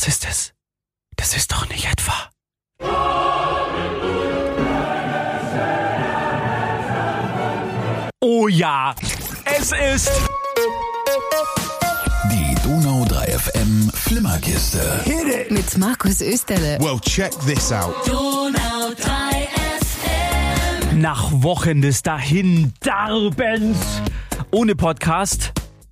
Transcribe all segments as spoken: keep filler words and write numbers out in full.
Was ist es? Das ist doch nicht etwa... Oh ja, es ist... Die Donau drei F M Flimmerkiste. Hit it. Mit Markus Österle. Well, check this out. Donau drei F M. Nach Wochen des Dahindarbens ohne Podcast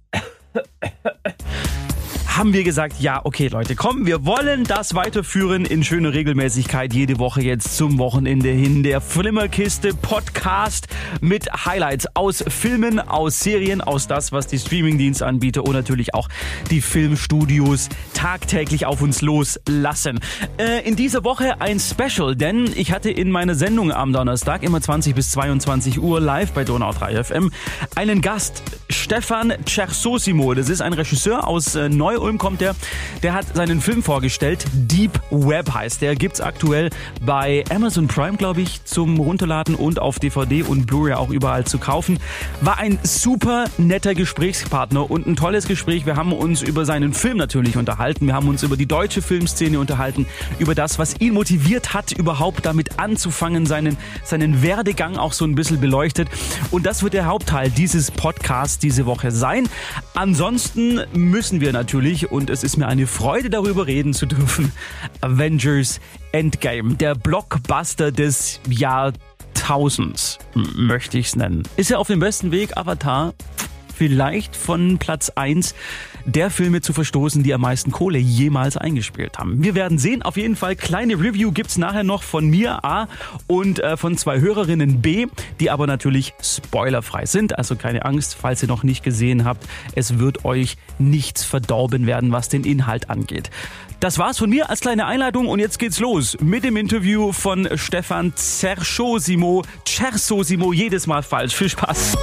haben wir gesagt, ja, okay Leute, komm, wir wollen das weiterführen in schöner Regelmäßigkeit jede Woche jetzt zum Wochenende hin. Der Flimmerkiste Podcast mit Highlights aus Filmen, aus Serien, aus das, was die Streamingdienstanbieter und natürlich auch die Filmstudios tagtäglich auf uns loslassen. Äh, in dieser Woche ein Special, denn ich hatte in meiner Sendung am Donnerstag, immer zwanzig bis zweiundzwanzig Uhr live bei Donau drei F M, einen Gast, Stefan Cersosimo. Das ist ein Regisseur aus äh, Neu-Ulm kommt der. Der hat seinen Film vorgestellt. Deep Web heißt der. Gibt's aktuell bei Amazon Prime, glaube ich, zum Runterladen und auf D V D und Blu-ray auch überall zu kaufen. War ein super netter Gesprächspartner und ein tolles Gespräch. Wir haben uns über seinen Film natürlich unterhalten. Wir haben uns über die deutsche Filmszene unterhalten, über das, was ihn motiviert hat, überhaupt damit anzufangen, seinen, seinen Werdegang auch so ein bisschen beleuchtet. Und das wird der Hauptteil dieses Podcasts diese Woche sein. Ansonsten müssen wir natürlich, und es ist mir eine Freude, darüber reden zu dürfen, Avengers Endgame, der Blockbuster des Jahrtausends, möchte ich es nennen. Ist er auf dem besten Weg, Avatar vielleicht von Platz eins der Filme zu verstoßen, die am meisten Kohle jemals eingespielt haben. Wir werden sehen. Auf jeden Fall kleine Review gibt's nachher noch von mir A und äh, von zwei Hörerinnen B, die aber natürlich spoilerfrei sind. Also keine Angst, falls ihr noch nicht gesehen habt. Es wird euch nichts verdorben werden, was den Inhalt angeht. Das war's von mir als kleine Einleitung und jetzt geht's los mit dem Interview von Stefan Cersosimo. Cersosimo, jedes Mal falsch. Viel Spaß.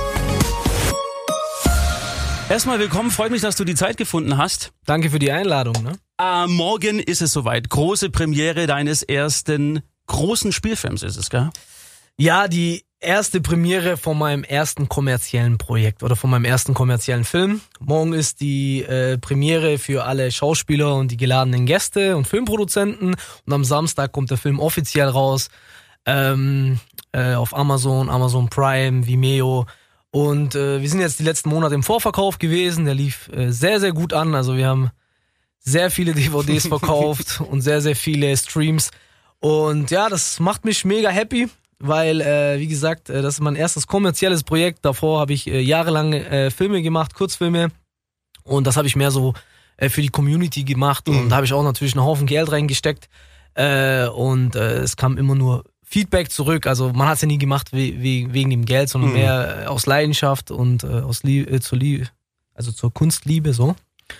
Erstmal willkommen, freut mich, dass du die Zeit gefunden hast. Danke für die Einladung. Ne? Äh, morgen ist es soweit. Große Premiere deines ersten großen Spielfilms ist es, gell? Ja, die erste Premiere von meinem ersten kommerziellen Projekt oder von meinem ersten kommerziellen Film. Morgen ist die äh, Premiere für alle Schauspieler und die geladenen Gäste und Filmproduzenten. Und am Samstag kommt der Film offiziell raus ähm, äh, auf Amazon, Amazon Prime, Vimeo. Und äh, wir sind jetzt die letzten Monate im Vorverkauf gewesen, der lief äh, sehr, sehr gut an. Also wir haben sehr viele D V Ds verkauft und sehr, sehr viele Streams. Und ja, das macht mich mega happy, weil, äh, wie gesagt, äh, das ist mein erstes kommerzielles Projekt. Davor habe ich äh, jahrelang äh, Filme gemacht, Kurzfilme. Und das habe ich mehr so äh, für die Community gemacht. Mhm. Und da habe ich auch natürlich einen Haufen Geld reingesteckt. Äh, und äh, es kam immer nur Feedback zurück, also man hat es ja nie gemacht we- we- wegen dem Geld, sondern mhm. mehr aus Leidenschaft und äh, aus Liebe, äh, zur Liebe, also zur Kunstliebe so.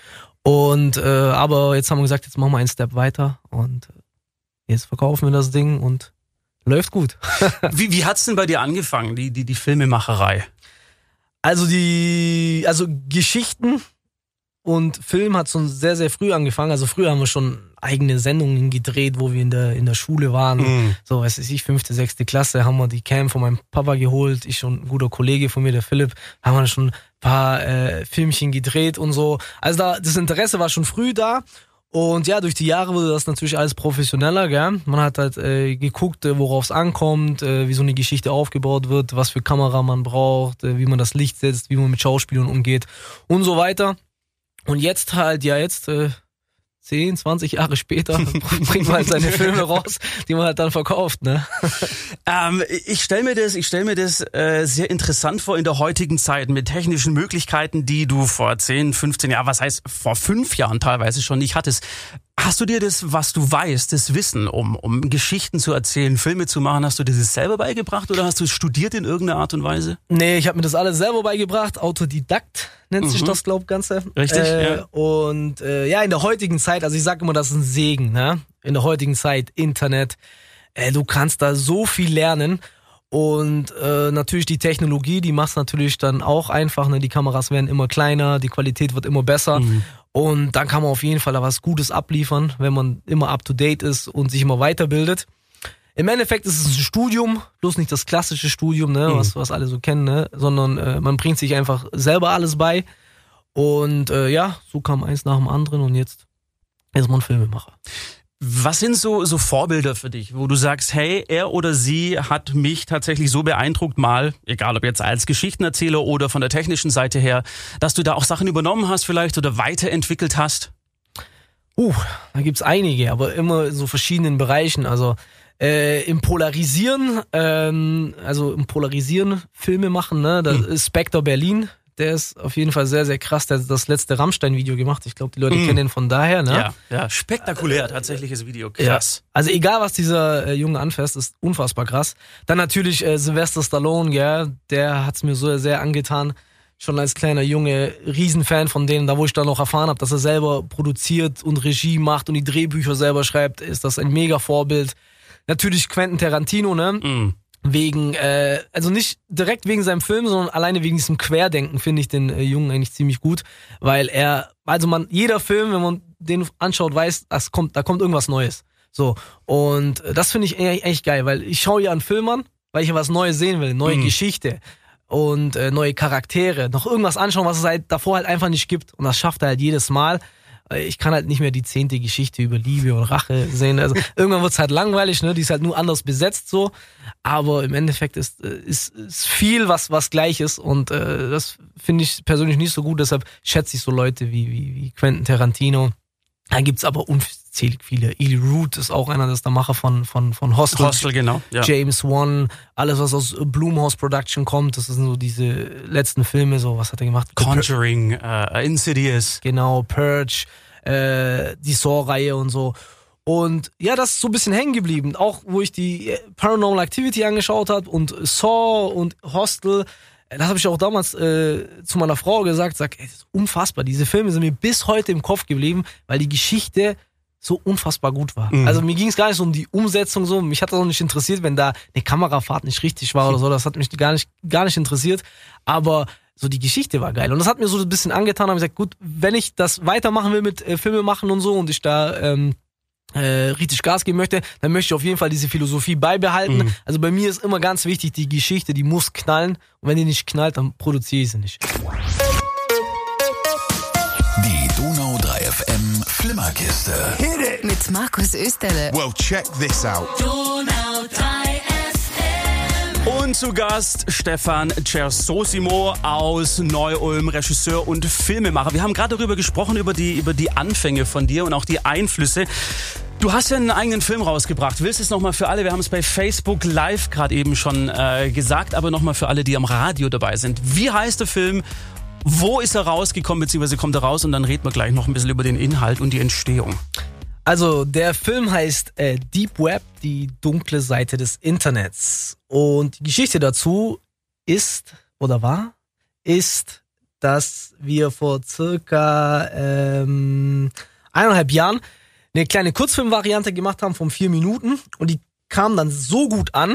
Und äh, aber jetzt haben wir gesagt, jetzt machen wir einen Step weiter und jetzt verkaufen wir das Ding und läuft gut. wie wie hat's denn bei dir angefangen, die die die Filmemacherei? Also die, also Geschichten und Film hat schon sehr, sehr früh angefangen. Also früher haben wir schon eigene Sendungen gedreht, wo wir in der in der Schule waren. Mm. So, was weiß ich, fünfte, sechste Klasse, haben wir die Cam von meinem Papa geholt. Ich und ein guter Kollege von mir, der Philipp, haben wir schon ein paar äh, Filmchen gedreht und so. Also da, das Interesse war schon früh da. Und ja, durch die Jahre wurde das natürlich alles professioneller, gell? Man hat halt äh, geguckt, äh, worauf es ankommt, äh, wie so eine Geschichte aufgebaut wird, was für Kamera man braucht, äh, wie man das Licht setzt, wie man mit Schauspielern umgeht und so weiter. Und jetzt halt, ja jetzt, äh, zehn, zwanzig Jahre später bringt man halt seine Filme raus, die man halt dann verkauft, ne? Ähm, ich stelle mir das, ich stell mir das äh, sehr interessant vor in der heutigen Zeit mit technischen Möglichkeiten, die du vor zehn, fünfzehn Jahren, was heißt vor fünf Jahren teilweise schon nicht hattest. Hast du dir das, was du weißt, das Wissen, um, um Geschichten zu erzählen, Filme zu machen, hast du dir das selber beigebracht oder hast du es studiert in irgendeiner Art und Weise? Nee, ich habe mir das alles selber beigebracht. Autodidakt nennt mhm. sich das, glaub Ganze. Richtig, äh, ja. Und äh, ja, in der heutigen Zeit, also ich sage immer, das ist ein Segen, ne? In der heutigen Zeit, Internet, äh, du kannst da so viel lernen. Und äh, natürlich die Technologie, die macht natürlich dann auch einfach, ne? Die Kameras werden immer kleiner, die Qualität wird immer besser. Mhm. Und dann kann man auf jeden Fall da was Gutes abliefern, wenn man immer up-to-date ist und sich immer weiterbildet. Im Endeffekt ist es ein Studium, bloß nicht das klassische Studium, ne, mhm. was, was alle so kennen, ne, sondern äh, man bringt sich einfach selber alles bei. Und äh, ja, so kam eins nach dem anderen und jetzt ist man Filmemacher. Was sind so, so Vorbilder für dich, wo du sagst, hey, er oder sie hat mich tatsächlich so beeindruckt mal, egal ob jetzt als Geschichtenerzähler oder von der technischen Seite her, dass du da auch Sachen übernommen hast vielleicht oder weiterentwickelt hast? Uh, da gibt's einige, aber immer in so verschiedenen Bereichen. Also äh, im Polarisieren, ähm, also im Polarisieren Filme machen, ne? Da hm. ist Spectre Berlin. Der ist auf jeden Fall sehr, sehr krass. Der hat das letzte Rammstein-Video gemacht. Ich glaube, die Leute mm. kennen den von daher. Ne? Ja, ja, spektakulär, tatsächliches Video. Krass. Ja. Also egal, was dieser äh, Junge anfasst, ist unfassbar krass. Dann natürlich äh, Sylvester Stallone, ja, der hat's mir so sehr angetan. Schon als kleiner Junge, Riesenfan von denen. Da wo ich dann noch erfahren habe, dass er selber produziert und Regie macht und die Drehbücher selber schreibt, ist das ein mega Vorbild. Natürlich Quentin Tarantino, ne? Mm. Wegen, äh, also nicht direkt wegen seinem Film, sondern alleine wegen diesem Querdenken finde ich den äh, Jungen eigentlich ziemlich gut, weil er, also man, jeder Film, wenn man den anschaut, weiß, das kommt, da kommt irgendwas Neues. So, und äh, das finde ich eigentlich, eigentlich geil, weil ich schaue ja einen Film an, weil ich ja was Neues sehen will, neue mhm. Geschichte und äh, neue Charaktere, noch irgendwas anschauen, was es halt davor halt einfach nicht gibt, und das schafft er halt jedes Mal. Ich kann halt nicht mehr die zehnte Geschichte über Liebe und Rache sehen. Also irgendwann wird's halt langweilig, ne? Die ist halt nur anders besetzt so. Aber im Endeffekt ist ist, ist viel, was was gleich ist. Und äh, das finde ich persönlich nicht so gut. Deshalb schätze ich so Leute wie wie, wie Quentin Tarantino. Da gibt's aber unzählig viele. Eli Roth ist auch einer, das ist der Macher von von von Hostel. Hostel, genau. Ja. James Wan, alles was aus Blumhouse Production kommt, das sind so diese letzten Filme. So, was hat er gemacht? Conjuring, uh, Insidious. Genau, Purge, äh, die Saw-Reihe und so. Und ja, das ist so ein bisschen hängen geblieben. Auch wo ich die Paranormal Activity angeschaut habe und Saw und Hostel. Das habe ich auch damals äh, zu meiner Frau gesagt, sag, ey, das ist unfassbar. Diese Filme sind mir bis heute im Kopf geblieben, weil die Geschichte so unfassbar gut war. Mhm. Also mir ging es gar nicht so um die Umsetzung so. Mich hat das auch nicht interessiert, wenn da eine Kamerafahrt nicht richtig war oder so. Das hat mich gar nicht gar nicht interessiert. Aber so die Geschichte war geil. Und das hat mir so ein bisschen angetan. Da habe ich gesagt, gut, wenn ich das weitermachen will mit äh, Filme machen und so und ich da ähm, Äh, richtig Gas geben möchte, dann möchte ich auf jeden Fall diese Philosophie beibehalten. Mhm. Also bei mir ist immer ganz wichtig, die Geschichte, die muss knallen. Und wenn die nicht knallt, dann produziere ich sie nicht. Die Donau drei F M Flimmerkiste. Hit it! Mit Markus Österle. Well, check this out. Donau drei F M. Und zu Gast Stefan Cersosimo aus Neu-Ulm, Regisseur und Filmemacher. Wir haben gerade darüber gesprochen, über die, über die Anfänge von dir und auch die Einflüsse. Du hast ja einen eigenen Film rausgebracht. Willst du es nochmal für alle, wir haben es bei Facebook Live gerade eben schon äh, gesagt, aber nochmal für alle, die am Radio dabei sind. Wie heißt der Film? Wo ist er rausgekommen, beziehungsweise kommt er raus? Und dann reden wir gleich noch ein bisschen über den Inhalt und die Entstehung. Also der Film heißt äh, Deep Web, die dunkle Seite des Internets. Und die Geschichte dazu ist, oder war, ist, dass wir vor circa ähm, eineinhalb Jahren eine kleine Kurzfilmvariante gemacht haben von vier Minuten. Und die kam dann so gut an,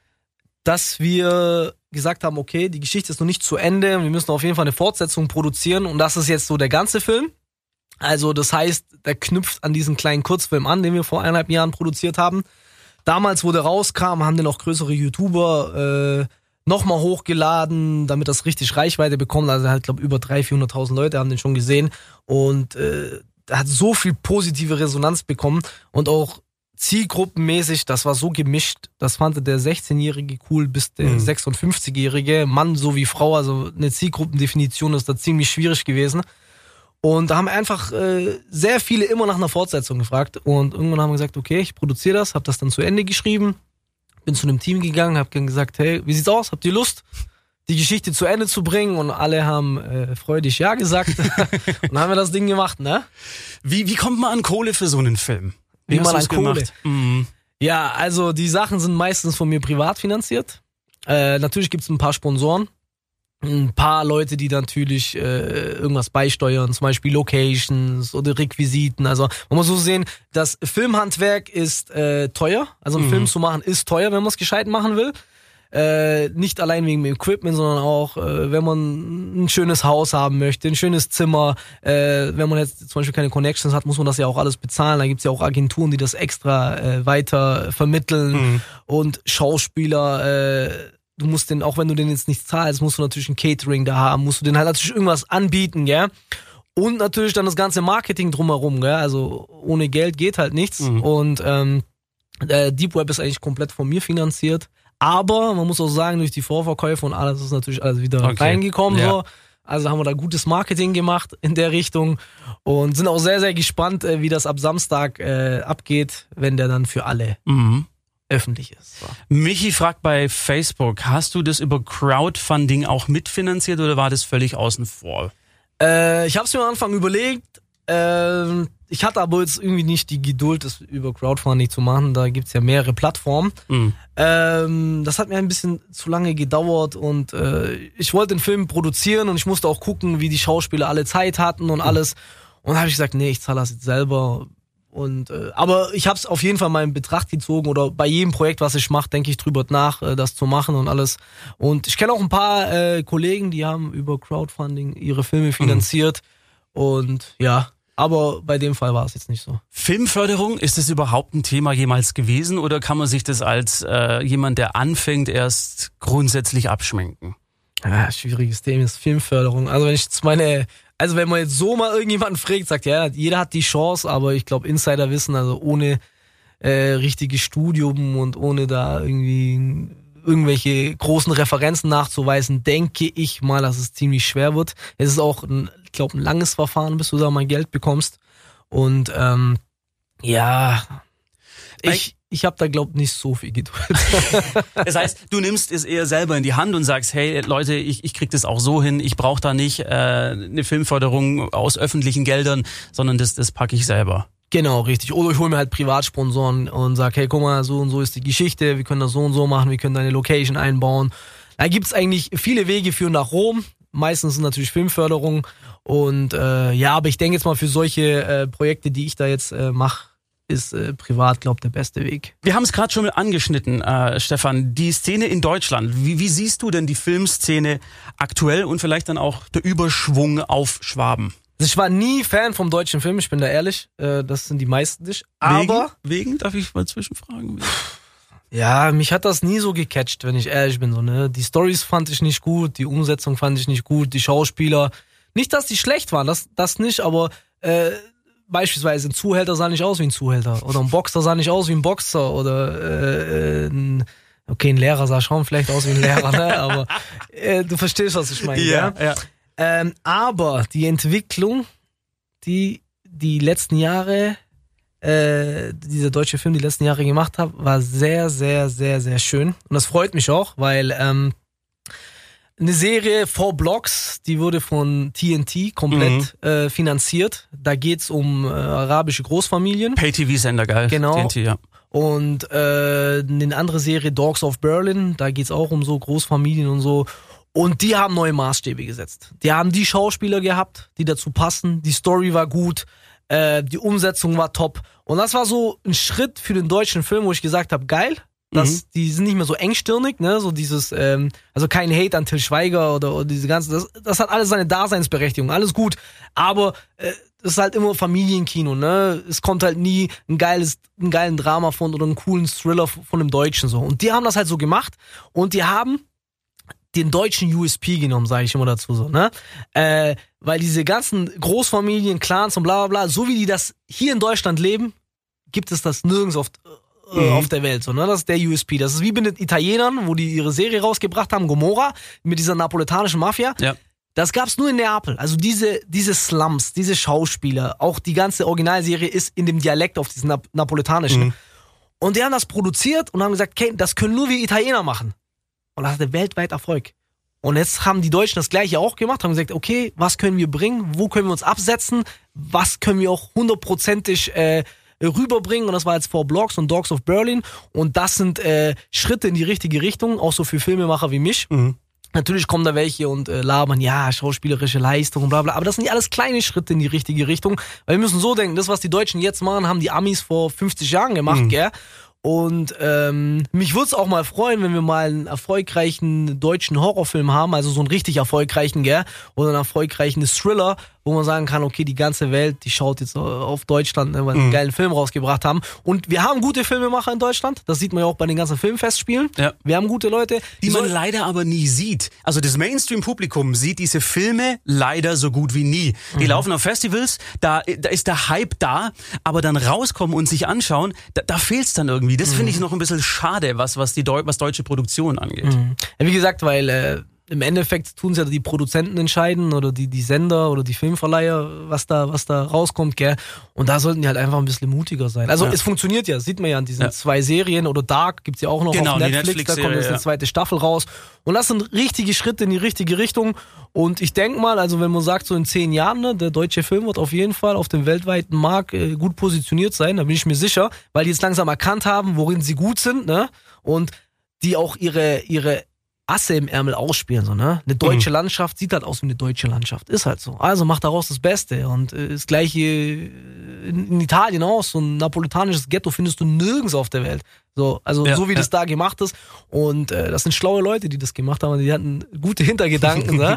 dass wir gesagt haben, okay, die Geschichte ist noch nicht zu Ende. Wir müssen auf jeden Fall eine Fortsetzung produzieren. Und das ist jetzt so der ganze Film. Also das heißt, der knüpft an diesen kleinen Kurzfilm an, den wir vor eineinhalb Jahren produziert haben. Damals, wo der rauskam, haben den auch größere YouTuber äh, nochmal hochgeladen, damit das richtig Reichweite bekommt. Also halt, glaube über dreihunderttausend, vierhunderttausend Leute haben den schon gesehen. Und äh, er hat so viel positive Resonanz bekommen. Und auch zielgruppenmäßig, das war so gemischt. Das fand der sechzehnjährige cool bis der mhm. sechsundfünfzigjährige. Mann sowie Frau, also eine Zielgruppendefinition ist da ziemlich schwierig gewesen. Und da haben einfach äh, sehr viele immer nach einer Fortsetzung gefragt. Und irgendwann haben wir gesagt, okay, ich produziere das, habe das dann zu Ende geschrieben, bin zu einem Team gegangen, habe dann gesagt, hey, wie sieht's aus? Habt ihr Lust, die Geschichte zu Ende zu bringen? Und alle haben äh, freudig ja gesagt. Und dann haben wir das Ding gemacht, ne? Wie, wie kommt man an Kohle für so einen Film? Wie, wie man an Kohle? Mhm. Ja, also die Sachen sind meistens von mir privat finanziert. Äh, natürlich gibt's ein paar Sponsoren. Ein paar Leute, die natürlich äh, irgendwas beisteuern, zum Beispiel Locations oder Requisiten. Also man muss so sehen, das Filmhandwerk ist äh, teuer. Also einen mhm. Film zu machen ist teuer, wenn man es gescheit machen will. Äh, nicht allein wegen dem Equipment, sondern auch, äh, wenn man ein schönes Haus haben möchte, ein schönes Zimmer. Äh, wenn man jetzt zum Beispiel keine Connections hat, muss man das ja auch alles bezahlen. Da gibt's ja auch Agenturen, die das extra äh, weiter vermitteln. Mhm. Und Schauspieler, äh, du musst den, auch wenn du den jetzt nicht zahlst, musst du natürlich ein Catering da haben, musst du den halt natürlich irgendwas anbieten, gell? Und natürlich dann das ganze Marketing drumherum, gell? Also ohne Geld geht halt nichts. Mhm. Und ähm, äh, Deep Web ist eigentlich komplett von mir finanziert. Aber man muss auch sagen, durch die Vorverkäufe und alles ist natürlich alles wieder okay. reingekommen. Ja. So. Also haben wir da gutes Marketing gemacht in der Richtung und sind auch sehr, sehr gespannt, wie das ab Samstag äh, abgeht, wenn der dann für alle mhm. öffentlich ist. So. Michi fragt bei Facebook, hast du das über Crowdfunding auch mitfinanziert oder war das völlig außen vor? Äh, ich habe es mir am Anfang überlegt. Äh, ich hatte aber jetzt irgendwie nicht die Geduld, das über Crowdfunding zu machen. Da gibt's ja mehrere Plattformen. Mhm. Ähm, das hat mir ein bisschen zu lange gedauert und äh, ich wollte den Film produzieren und ich musste auch gucken, wie die Schauspieler alle Zeit hatten und alles. Und da habe ich gesagt, nee, ich zahle das jetzt selber. Und äh, aber ich habe es auf jeden Fall mal in Betracht gezogen oder bei jedem Projekt, was ich mache, denke ich drüber nach, äh, das zu machen und alles. Und ich kenne auch ein paar äh, Kollegen, die haben über Crowdfunding ihre Filme finanziert. Mhm. Und ja, aber bei dem Fall war es jetzt nicht so. Filmförderung, ist das überhaupt ein Thema jemals gewesen oder kann man sich das als äh, jemand, der anfängt, erst grundsätzlich abschminken? Ja, schwieriges Thema ist Filmförderung. Also wenn ich jetzt meine, also wenn man jetzt so mal irgendjemanden fragt, sagt ja, jeder hat die Chance, aber ich glaube Insider wissen, also ohne äh, richtiges Studium und ohne da irgendwie irgendwelche großen Referenzen nachzuweisen, denke ich mal, dass es ziemlich schwer wird. Es ist auch, ein, ich glaube, ein langes Verfahren, bis du da mal Geld bekommst. Und ähm, ja, ich, ich habe da, glaube ich, nicht so viel Geduld. Das heißt, du nimmst es eher selber in die Hand und sagst, hey Leute, ich, ich krieg das auch so hin, ich brauche da nicht äh, eine Filmförderung aus öffentlichen Geldern, sondern das, das packe ich selber. Genau, richtig. Oder ich hole mir halt Privatsponsoren und sag, hey, guck mal, so und so ist die Geschichte, wir können das so und so machen, wir können da eine Location einbauen. Da gibt's eigentlich viele Wege führen nach Rom. Meistens sind natürlich Filmförderung. Und äh, ja, aber ich denke jetzt mal für solche äh, Projekte, die ich da jetzt äh, mache, ist äh, privat, glaube ich, der beste Weg. Wir haben es gerade schon mal angeschnitten, äh, Stefan, die Szene in Deutschland. Wie, wie siehst du denn die Filmszene aktuell und vielleicht dann auch der Überschwung auf Schwaben? Ich war nie Fan vom deutschen Film, ich bin da ehrlich. Äh, das sind die meisten nicht. Aber wegen, wegen? Darf ich mal zwischenfragen? Ja, mich hat das nie so gecatcht, wenn ich ehrlich bin. So, ne? Die Storys fand ich nicht gut, die Umsetzung fand ich nicht gut, die Schauspieler. Nicht, dass die schlecht waren, das, das nicht, aber äh, beispielsweise ein Zuhälter sah nicht aus wie ein Zuhälter. Oder ein Boxer sah nicht aus wie ein Boxer. Oder äh, ein, okay, ein Lehrer sah schon vielleicht aus wie ein Lehrer, ne? Aber äh, du verstehst, was ich meine. Ja, ja. ja. Ähm, aber die Entwicklung, die die letzten Jahre, äh, dieser deutsche Film die letzten Jahre gemacht hat, war sehr, sehr, sehr, sehr schön. Und das freut mich auch, weil ähm, eine Serie Four Blocks, die wurde von T N T komplett mhm. äh, finanziert. Da geht's um äh, arabische Großfamilien. Pay-T V-Sender, geil. Genau. T N T, ja. Und äh, eine andere Serie Dogs of Berlin, da geht's auch um so Großfamilien und so. Und die haben neue Maßstäbe gesetzt. Die haben die Schauspieler gehabt, die dazu passen. Die Story war gut, äh, die Umsetzung war top. Und das war so ein Schritt für den deutschen Film, wo ich gesagt habe, geil. Das, mhm. Die sind nicht mehr so engstirnig, ne, so dieses, ähm, also kein Hate an Til Schweiger oder, oder diese ganzen, das, das hat alles seine Daseinsberechtigung, alles gut. Aber äh, das ist halt immer Familienkino, ne. Es kommt halt nie ein geiles, einen geilen Drama von oder einen coolen Thriller von einem Deutschen so. Und die haben das halt so gemacht und die haben den deutschen U S P genommen, sage ich immer dazu so, ne? Äh, weil diese ganzen Großfamilien, Clans und bla bla bla, so wie die das hier in Deutschland leben, gibt es das nirgends auf, äh, mhm. auf der Welt, so, ne? Das ist der U S P. Das ist wie bei den Italienern, wo die ihre Serie rausgebracht haben, Gomorra, mit dieser napoletanischen Mafia. Ja. Das gab's nur in Neapel. Also diese, diese Slums, diese Schauspieler, auch die ganze Originalserie ist in dem Dialekt auf diesem Nap- napoletanischen. Mhm. Und die haben das produziert und haben gesagt, okay, das können nur wir Italiener machen. Und das hatte weltweit Erfolg. Und jetzt haben die Deutschen das Gleiche auch gemacht, haben gesagt, okay, was können wir bringen, wo können wir uns absetzen, was können wir auch hundertprozentig äh, rüberbringen. Und das war jetzt Four Blocks und Dogs of Berlin. Und das sind äh, Schritte in die richtige Richtung, auch so für Filmemacher wie mich. Mhm. Natürlich kommen da welche und äh, labern, ja, schauspielerische Leistung und bla bla. Aber das sind ja alles kleine Schritte in die richtige Richtung. Weil wir müssen so denken, das, was die Deutschen jetzt machen, haben die Amis vor fünfzig Jahren gemacht, mhm. gell? Und ähm, mich würde es auch mal freuen, wenn wir mal einen erfolgreichen deutschen Horrorfilm haben, also so einen richtig erfolgreichen, gell? Oder einen erfolgreichen Thriller, wo man sagen kann, okay, die ganze Welt, die schaut jetzt auf Deutschland, ne, weil wir einen geilen Film rausgebracht haben. Und wir haben gute Filmemacher in Deutschland, das sieht man ja auch bei den ganzen Filmfestspielen. Ja. Wir haben gute Leute. Die, die man leider aber nie sieht. Also das Mainstream-Publikum sieht diese Filme leider so gut wie nie. Die mhm. laufen auf Festivals, da, da ist der Hype da, aber dann rauskommen und sich anschauen, da, da fehlt's dann irgendwie. Das mhm. finde ich noch ein bisschen schade, was, was, die Deu- was deutsche Produktion angeht. Mhm. Ja, wie gesagt, weil äh, im Endeffekt tun es ja die Produzenten entscheiden oder die, die Sender oder die Filmverleiher, was da, was da rauskommt, gell. Und da sollten die halt einfach ein bisschen mutiger sein. Also ja. es funktioniert ja, sieht man ja an diesen ja. zwei Serien oder Dark gibt's ja auch noch genau, auf Netflix, Netflix da kommt jetzt eine zweite Staffel raus. Und das sind richtige Schritte in die richtige Richtung. Und ich denke mal, also wenn man sagt, so in zehn Jahren, ne, der deutsche Film wird auf jeden Fall auf dem weltweiten Markt äh, gut positioniert sein, da bin ich mir sicher, weil die jetzt langsam erkannt haben, worin sie gut sind, ne? Und die auch ihre, ihre Asse im Ärmel ausspielen, so, ne? Eine deutsche mhm. Landschaft sieht halt aus wie eine deutsche Landschaft. Ist halt so. Also macht daraus das Beste. Und äh, das gleiche in, in Italien auch. So ein napolitanisches Ghetto findest du nirgends auf der Welt. So, also ja, so wie ja. das da gemacht ist. Und äh, das sind schlaue Leute, die das gemacht haben. Die hatten gute Hintergedanken, ne?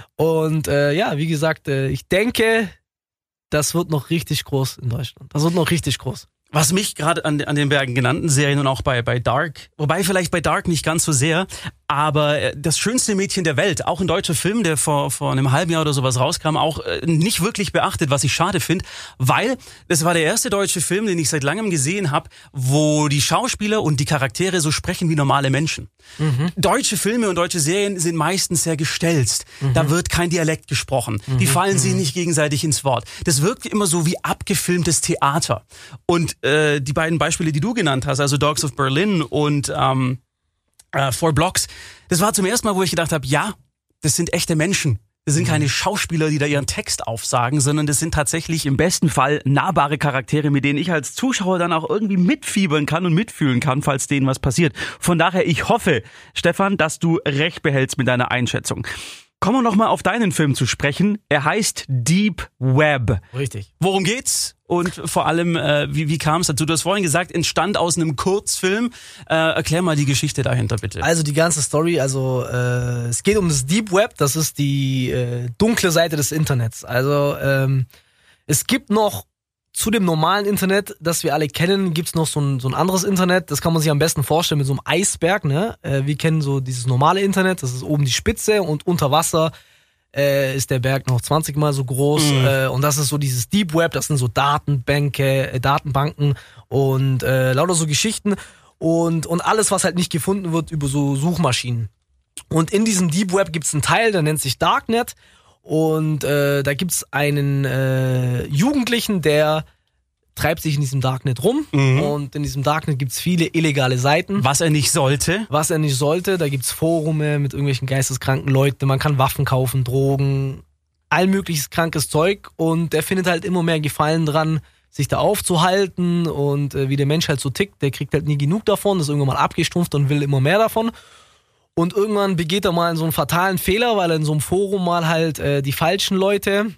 Und äh, ja, wie gesagt, äh, ich denke, das wird noch richtig groß in Deutschland. Das wird noch richtig groß. Was mich gerade an, an den Bergen genannten Serien und auch bei, bei Dark, wobei vielleicht bei Dark nicht ganz so sehr, aber das schönste Mädchen der Welt, auch ein deutscher Film, der vor, vor einem halben Jahr oder sowas rauskam, auch nicht wirklich beachtet, was ich schade finde, weil das war der erste deutsche Film, den ich seit langem gesehen habe, wo die Schauspieler und die Charaktere so sprechen wie normale Menschen. Mhm. Deutsche Filme und deutsche Serien sind meistens sehr gestelzt. Mhm. Da wird kein Dialekt gesprochen. Mhm. Die fallen sich nicht gegenseitig ins Wort. Das wirkt immer so wie abgefilmtes Theater. Und äh, die beiden Beispiele, die du genannt hast, also Dogs of Berlin und ähm, äh, Four Blocks, das war zum ersten Mal, wo ich gedacht habe, ja, das sind echte Menschen. Das sind keine Schauspieler, die da ihren Text aufsagen, sondern das sind tatsächlich im besten Fall nahbare Charaktere, mit denen ich als Zuschauer dann auch irgendwie mitfiebern kann und mitfühlen kann, falls denen was passiert. Von daher, ich hoffe, Stefan, dass du recht behältst mit deiner Einschätzung. Kommen wir nochmal auf deinen Film zu sprechen. Er heißt Deep Web. Richtig. Worum geht's? Und vor allem, äh, wie, wie kam es dazu? Du hast vorhin gesagt, entstand aus einem Kurzfilm. Äh, erklär mal die Geschichte dahinter, bitte. Also die ganze Story, also äh, es geht um das Deep Web, das ist die äh, dunkle Seite des Internets. Also ähm, es gibt noch zu dem normalen Internet, das wir alle kennen, gibt's noch so ein, so ein anderes Internet. Das kann man sich am besten vorstellen mit so einem Eisberg. Ne? Äh, wir kennen so dieses normale Internet, das ist oben die Spitze und unter Wasser äh, ist der Berg noch zwanzig Mal so groß. Mhm. Äh, und das ist so dieses Deep Web, das sind so Datenbänke, äh, Datenbanken und äh, lauter so Geschichten. Und, und alles, was halt nicht gefunden wird über so Suchmaschinen. Und in diesem Deep Web gibt's einen Teil, der nennt sich Darknet. Und äh, da gibt's einen äh, Jugendlichen, der treibt sich in diesem Darknet rum. Mhm. Und in diesem Darknet gibt's viele illegale Seiten. Was er nicht sollte. Was er nicht sollte. Da gibt's Forume mit irgendwelchen geisteskranken Leuten. Man kann Waffen kaufen, Drogen, all mögliches krankes Zeug. Und der findet halt immer mehr Gefallen dran, sich da aufzuhalten. Und äh, wie der Mensch halt so tickt, der kriegt halt nie genug davon, ist irgendwann mal abgestumpft und will immer mehr davon. Und irgendwann begeht er mal so einen fatalen Fehler, weil er in so einem Forum mal halt äh, die falschen Leute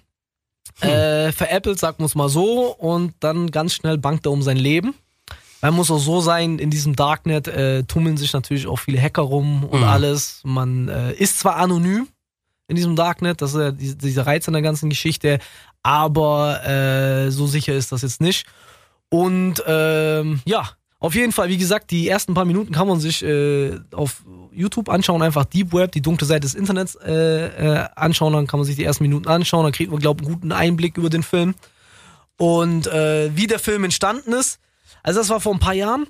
äh, veräppelt, sagt man es mal so. Und dann ganz schnell bangt er um sein Leben. Weil muss auch so sein, in diesem Darknet äh, tummeln sich natürlich auch viele Hacker rum und mhm. alles. Man äh, ist zwar anonym in diesem Darknet, das ist ja die, dieser Reiz an der ganzen Geschichte, aber äh, so sicher ist das jetzt nicht. Und ähm, ja, auf jeden Fall, wie gesagt, die ersten paar Minuten kann man sich äh, auf YouTube anschauen, einfach Deep Web, die dunkle Seite des Internets äh, äh, anschauen, dann kann man sich die ersten Minuten anschauen, dann kriegt man, glaube ich, einen guten Einblick über den Film. Und äh, wie der Film entstanden ist, also das war vor ein paar Jahren,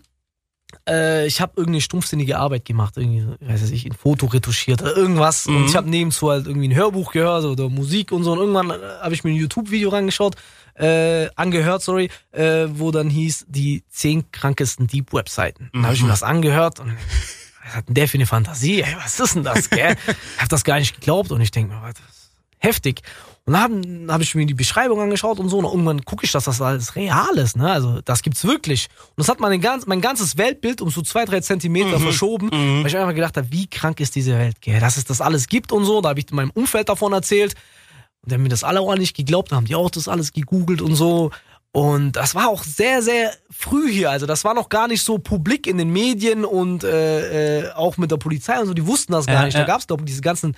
äh, ich habe irgendeine stumpfsinnige Arbeit gemacht, irgendwie, weiß ich, ein Foto retuschiert oder irgendwas mhm. und ich habe nebenzu halt irgendwie ein Hörbuch gehört oder Musik und so und irgendwann habe ich mir ein YouTube-Video rangeschaut, Äh, angehört, sorry, äh, wo dann hieß, die zehn krankesten Deep-Webseiten. Mhm. Da habe ich mir das angehört und was hat denn der für eine Fantasie? Ey, was ist denn das, gell? Ich habe das gar nicht geglaubt und ich denke mir, das ist heftig. Und dann habe hab ich mir die Beschreibung angeschaut und so und irgendwann gucke ich, dass das alles real ist, ne? Also das gibt's wirklich. Und das hat mein, ganz, mein ganzes Weltbild um so zwei, drei Zentimeter mhm. verschoben, mhm. weil ich einfach gedacht habe, wie krank ist diese Welt, gell? Dass es das alles gibt und so. Da habe ich in meinem Umfeld davon erzählt. Und die haben mir das alle auch nicht geglaubt, da haben die auch das alles gegoogelt und so. Und das war auch sehr, sehr früh hier. Also das war noch gar nicht so publik in den Medien und äh, äh, auch mit der Polizei und so. Die wussten das gar ja, nicht. Ja. Da gab es, glaube ich, diese ganzen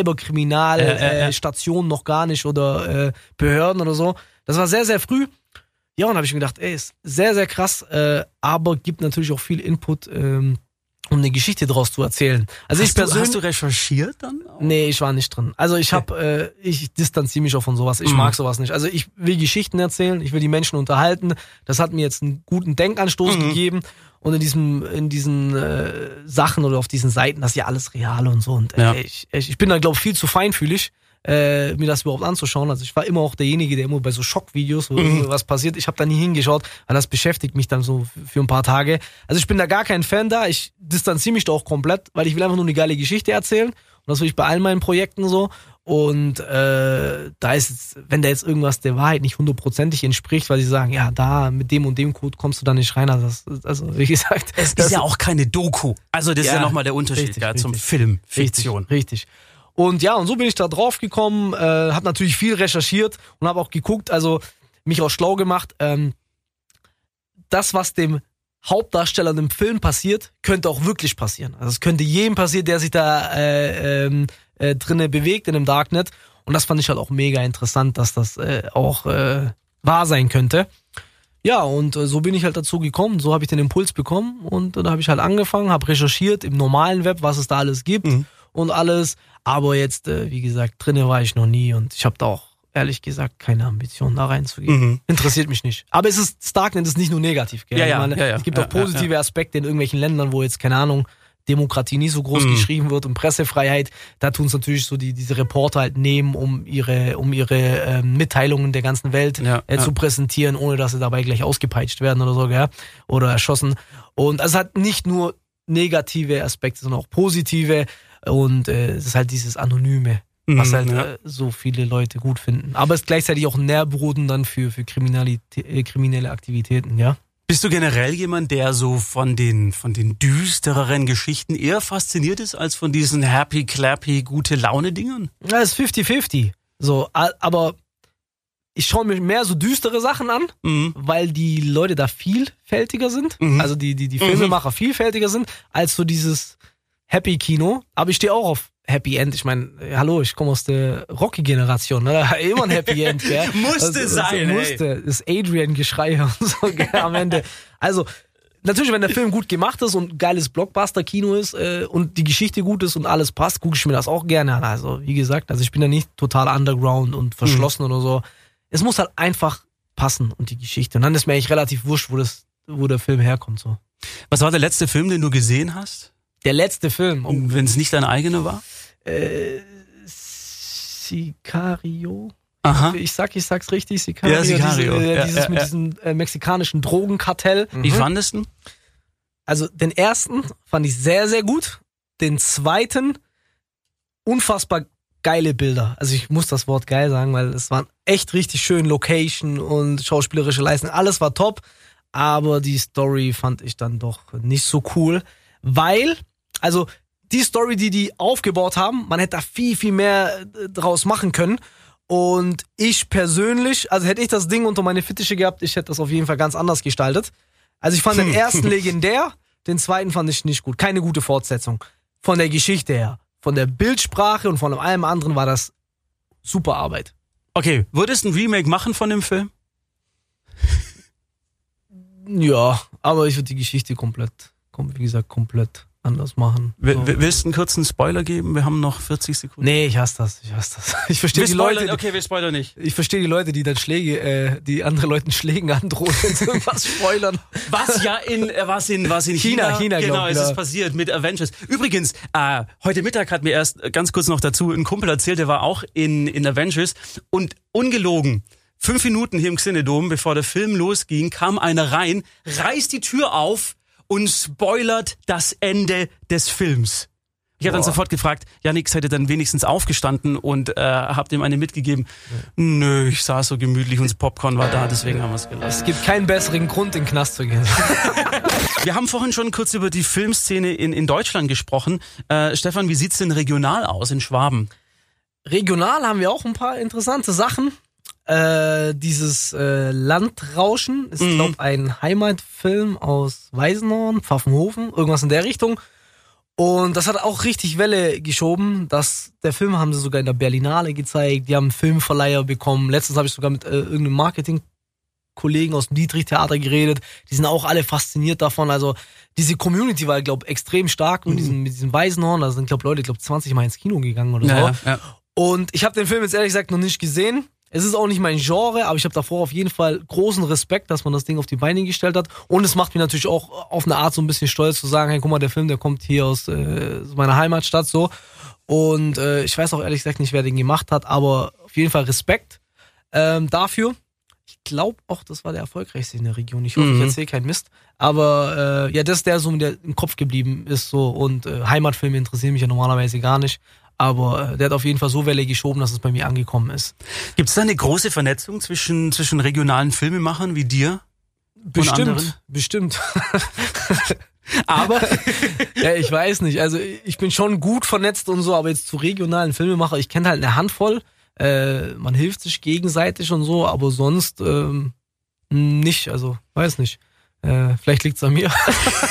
Cyberkriminalstationen äh, noch gar nicht oder äh, Behörden oder so. Das war sehr, sehr früh. Ja, und da habe ich mir gedacht, ey, ist sehr, sehr krass, äh, aber gibt natürlich auch viel Input, ähm, um eine Geschichte draus zu erzählen. Also hast ich persönlich, du, hast du recherchiert dann auch? Nee, ich war nicht drin. Also ich habe, äh, ich distanziere mich auch von sowas. Ich Mhm. mag sowas nicht. Also ich will Geschichten erzählen, ich will die Menschen unterhalten. Das hat mir jetzt einen guten Denkanstoß Mhm. gegeben. Und in diesem, in diesen äh, Sachen oder auf diesen Seiten, das ist ja alles real und so. Und äh, Ja. ich, ich, ich bin da, glaube ich, viel zu feinfühlig, äh, mir das überhaupt anzuschauen. Also ich war immer auch derjenige, der immer bei so Schockvideos, wo Mhm. irgendwas passiert, ich habe da nie hingeschaut, weil das beschäftigt mich dann so für ein paar Tage. Also ich bin da gar kein Fan da, ich distanziere mich da auch komplett, weil ich will einfach nur eine geile Geschichte erzählen. Und das will ich bei allen meinen Projekten so. Und äh, da ist jetzt, wenn da jetzt irgendwas der Wahrheit nicht hundertprozentig entspricht, weil sie sagen, ja, da mit dem und dem Code kommst du da nicht rein. Also, das, also wie gesagt, Es das ist ja auch keine Doku. Also das ist ja Ja, nochmal der Unterschied richtig, ja, zum richtig. Film, Fiktion. Richtig, richtig. Und ja, und so bin ich da drauf gekommen, äh, habe natürlich viel recherchiert und habe auch geguckt, also mich auch schlau gemacht. Ähm, das, was dem Hauptdarsteller in dem Film passiert, könnte auch wirklich passieren. Also es könnte jedem passieren, der sich da äh, ähm, äh, drinne bewegt in dem Darknet. Und das fand ich halt auch mega interessant, dass das äh, auch äh, wahr sein könnte. Ja, und äh, so bin ich halt dazu gekommen, so habe ich den Impuls bekommen und äh, da habe ich halt angefangen, habe recherchiert im normalen Web, was es da alles gibt Mhm. und alles. Aber jetzt, äh, wie gesagt, drinne war ich noch nie und ich habe da auch ehrlich gesagt keine Ambition, da reinzugehen. Mhm. Interessiert mich nicht. Aber es ist, Starknet ist nicht nur negativ, gell? Ja, ja, Ich meine, ja, ja. es gibt Ja, auch positive ja, Aspekte in irgendwelchen Ländern, wo jetzt, keine Ahnung, Demokratie nicht so groß Mhm. geschrieben wird und Pressefreiheit. Da tun es natürlich so die, diese Reporter halt nehmen, um ihre, um ihre ähm, Mitteilungen der ganzen Welt Ja, äh, ja. zu präsentieren, ohne dass sie dabei gleich ausgepeitscht werden oder so, gell? Oder erschossen. Und es hat nicht nur negative Aspekte, sondern auch positive. Und äh, es ist halt dieses Anonyme, was Mhm, halt ja. äh, so viele Leute gut finden. Aber es ist gleichzeitig auch ein Nährboden dann für, für Kriminalität, äh, kriminelle Aktivitäten, ja. Bist du generell jemand, der so von den, von den düstereren Geschichten eher fasziniert ist, als von diesen happy, clappy, gute Laune-Dingern? Ja, es ist fifty fifty. So, a- aber ich schaue mir mehr so düstere Sachen an, Mhm. weil die Leute da vielfältiger sind. Mhm. Also die, die, die Filmemacher vielfältiger sind, als so dieses Happy-Kino. Aber ich stehe auch auf Happy End. Ich meine, äh, hallo, ich komme aus der Rocky-Generation, ne? Da immer ein Happy End, gell? Musste sein, ey. Musste. Das Adrian-Geschrei und so, gell, am Ende. Also, natürlich, wenn der Film gut gemacht ist und ein geiles Blockbuster-Kino ist äh, und die Geschichte gut ist und alles passt, gucke ich mir das auch gerne an. Also, wie gesagt, also ich bin da nicht total underground und verschlossen oder so. Es muss halt einfach passen und die Geschichte. Und dann ist mir eigentlich relativ wurscht, wo, das, wo der Film herkommt. So. Was war der letzte Film, den du gesehen hast? Der letzte Film, oh, Wenn es nicht dein eigener war? äh, Sicario. Aha. Ich sag, ich sag's richtig, Sicario. Ja, Sicario. Diese, äh, Ja, dieses ja, mit ja. diesem äh, mexikanischen Drogenkartell. Wie fandest du? Also den ersten fand ich sehr, sehr gut. Den zweiten unfassbar geile Bilder. Also ich muss das Wort geil sagen, weil es waren echt richtig schön Location und schauspielerische Leistung. Alles war top, aber die Story fand ich dann doch nicht so cool, weil, also die Story, die die aufgebaut haben, man hätte da viel, viel mehr äh, draus machen können. Und ich persönlich, also hätte ich das Ding unter meine Fittiche gehabt, ich hätte das auf jeden Fall ganz anders gestaltet. Also ich fand den ersten legendär, den zweiten fand ich nicht gut. Keine gute Fortsetzung. Von der Geschichte her, von der Bildsprache und von allem anderen war das super Arbeit. Okay, würdest du ein Remake machen von dem Film? Ja, aber ich würde die Geschichte komplett, kom- wie gesagt, komplett anders machen. W So. willst du einen kurzen Spoiler geben? Wir haben noch vierzig Sekunden. Nee, ich hasse das, ich hasse das. Ich verstehe Wir die spoilern, Leute, okay, wir spoilern nicht. ich verstehe die Leute, die dann Schläge, äh, die andere Leuten Schlägen androhen, wenn sie irgendwas spoilern. Was ja in, äh, was in, was in China, China, China, genau, glaub ich, es ist ja. passiert mit Avengers. Übrigens, äh, heute Mittag hat mir erst äh, ganz kurz noch dazu ein Kumpel erzählt, der war auch in, in Avengers und ungelogen. Fünf Minuten hier im Xenedom, bevor der Film losging, kam einer rein, reißt die Tür auf und spoilert das Ende des Films. Ich habe dann sofort gefragt, Jannik, seid ihr dann wenigstens aufgestanden und äh, habt ihm eine mitgegeben? Ja. Nö, ich saß so gemütlich und das Popcorn war da, deswegen haben wir es gelassen. Es gibt keinen besseren Grund, in den Knast zu gehen. Wir haben vorhin schon kurz über die Filmszene in, in Deutschland gesprochen. Äh, Stefan, wie sieht's denn regional aus in Schwaben? Regional haben wir auch ein paar interessante Sachen. Äh, dieses äh, Landrauschen ist, Mhm. glaube ich, ein Heimatfilm aus Weißenhorn, Pfaffenhofen, irgendwas in der Richtung. Und das hat auch richtig Welle geschoben. Das, der Film haben sie sogar in der Berlinale gezeigt. Die haben einen Filmverleiher bekommen. Letztens habe ich sogar mit äh, irgendeinem Marketingkollegen aus dem Dietrich-Theater geredet. Die sind auch alle fasziniert davon. Also diese Community war, glaube ich, extrem stark mit, Mhm. diesem, mit diesem Weißenhorn. Da sind, glaube Leute, glaube zwanzig Mal ins Kino gegangen oder so. Ja, ja. Und ich habe den Film jetzt ehrlich gesagt noch nicht gesehen. Es ist auch nicht mein Genre, aber ich habe davor auf jeden Fall großen Respekt, dass man das Ding auf die Beine gestellt hat. Und es macht mich natürlich auch auf eine Art so ein bisschen stolz zu sagen, hey, guck mal, der Film, der kommt hier aus äh, meiner Heimatstadt so. Und äh, ich weiß auch ehrlich gesagt nicht, wer den gemacht hat, aber auf jeden Fall Respekt ähm, dafür. Ich glaube auch, das war der erfolgreichste in der Region. Ich hoffe, Mhm. ich erzähle keinen Mist. Aber äh, ja, das ist der so, der im Kopf geblieben ist so. Und äh, Heimatfilme interessieren mich ja normalerweise gar nicht. Aber äh, der hat auf jeden Fall so Welle geschoben, dass es bei mir angekommen ist. Gibt es da eine große Vernetzung zwischen, zwischen regionalen Filmemachern wie dir? Bestimmt, anderen? bestimmt. Aber Ja, ich weiß nicht. Also ich bin schon gut vernetzt und so, aber jetzt zu regionalen Filmemacher, ich kenne halt eine Handvoll. Äh, man hilft sich gegenseitig und so, aber sonst ähm, nicht. Also weiß nicht. Äh, vielleicht liegt's an mir.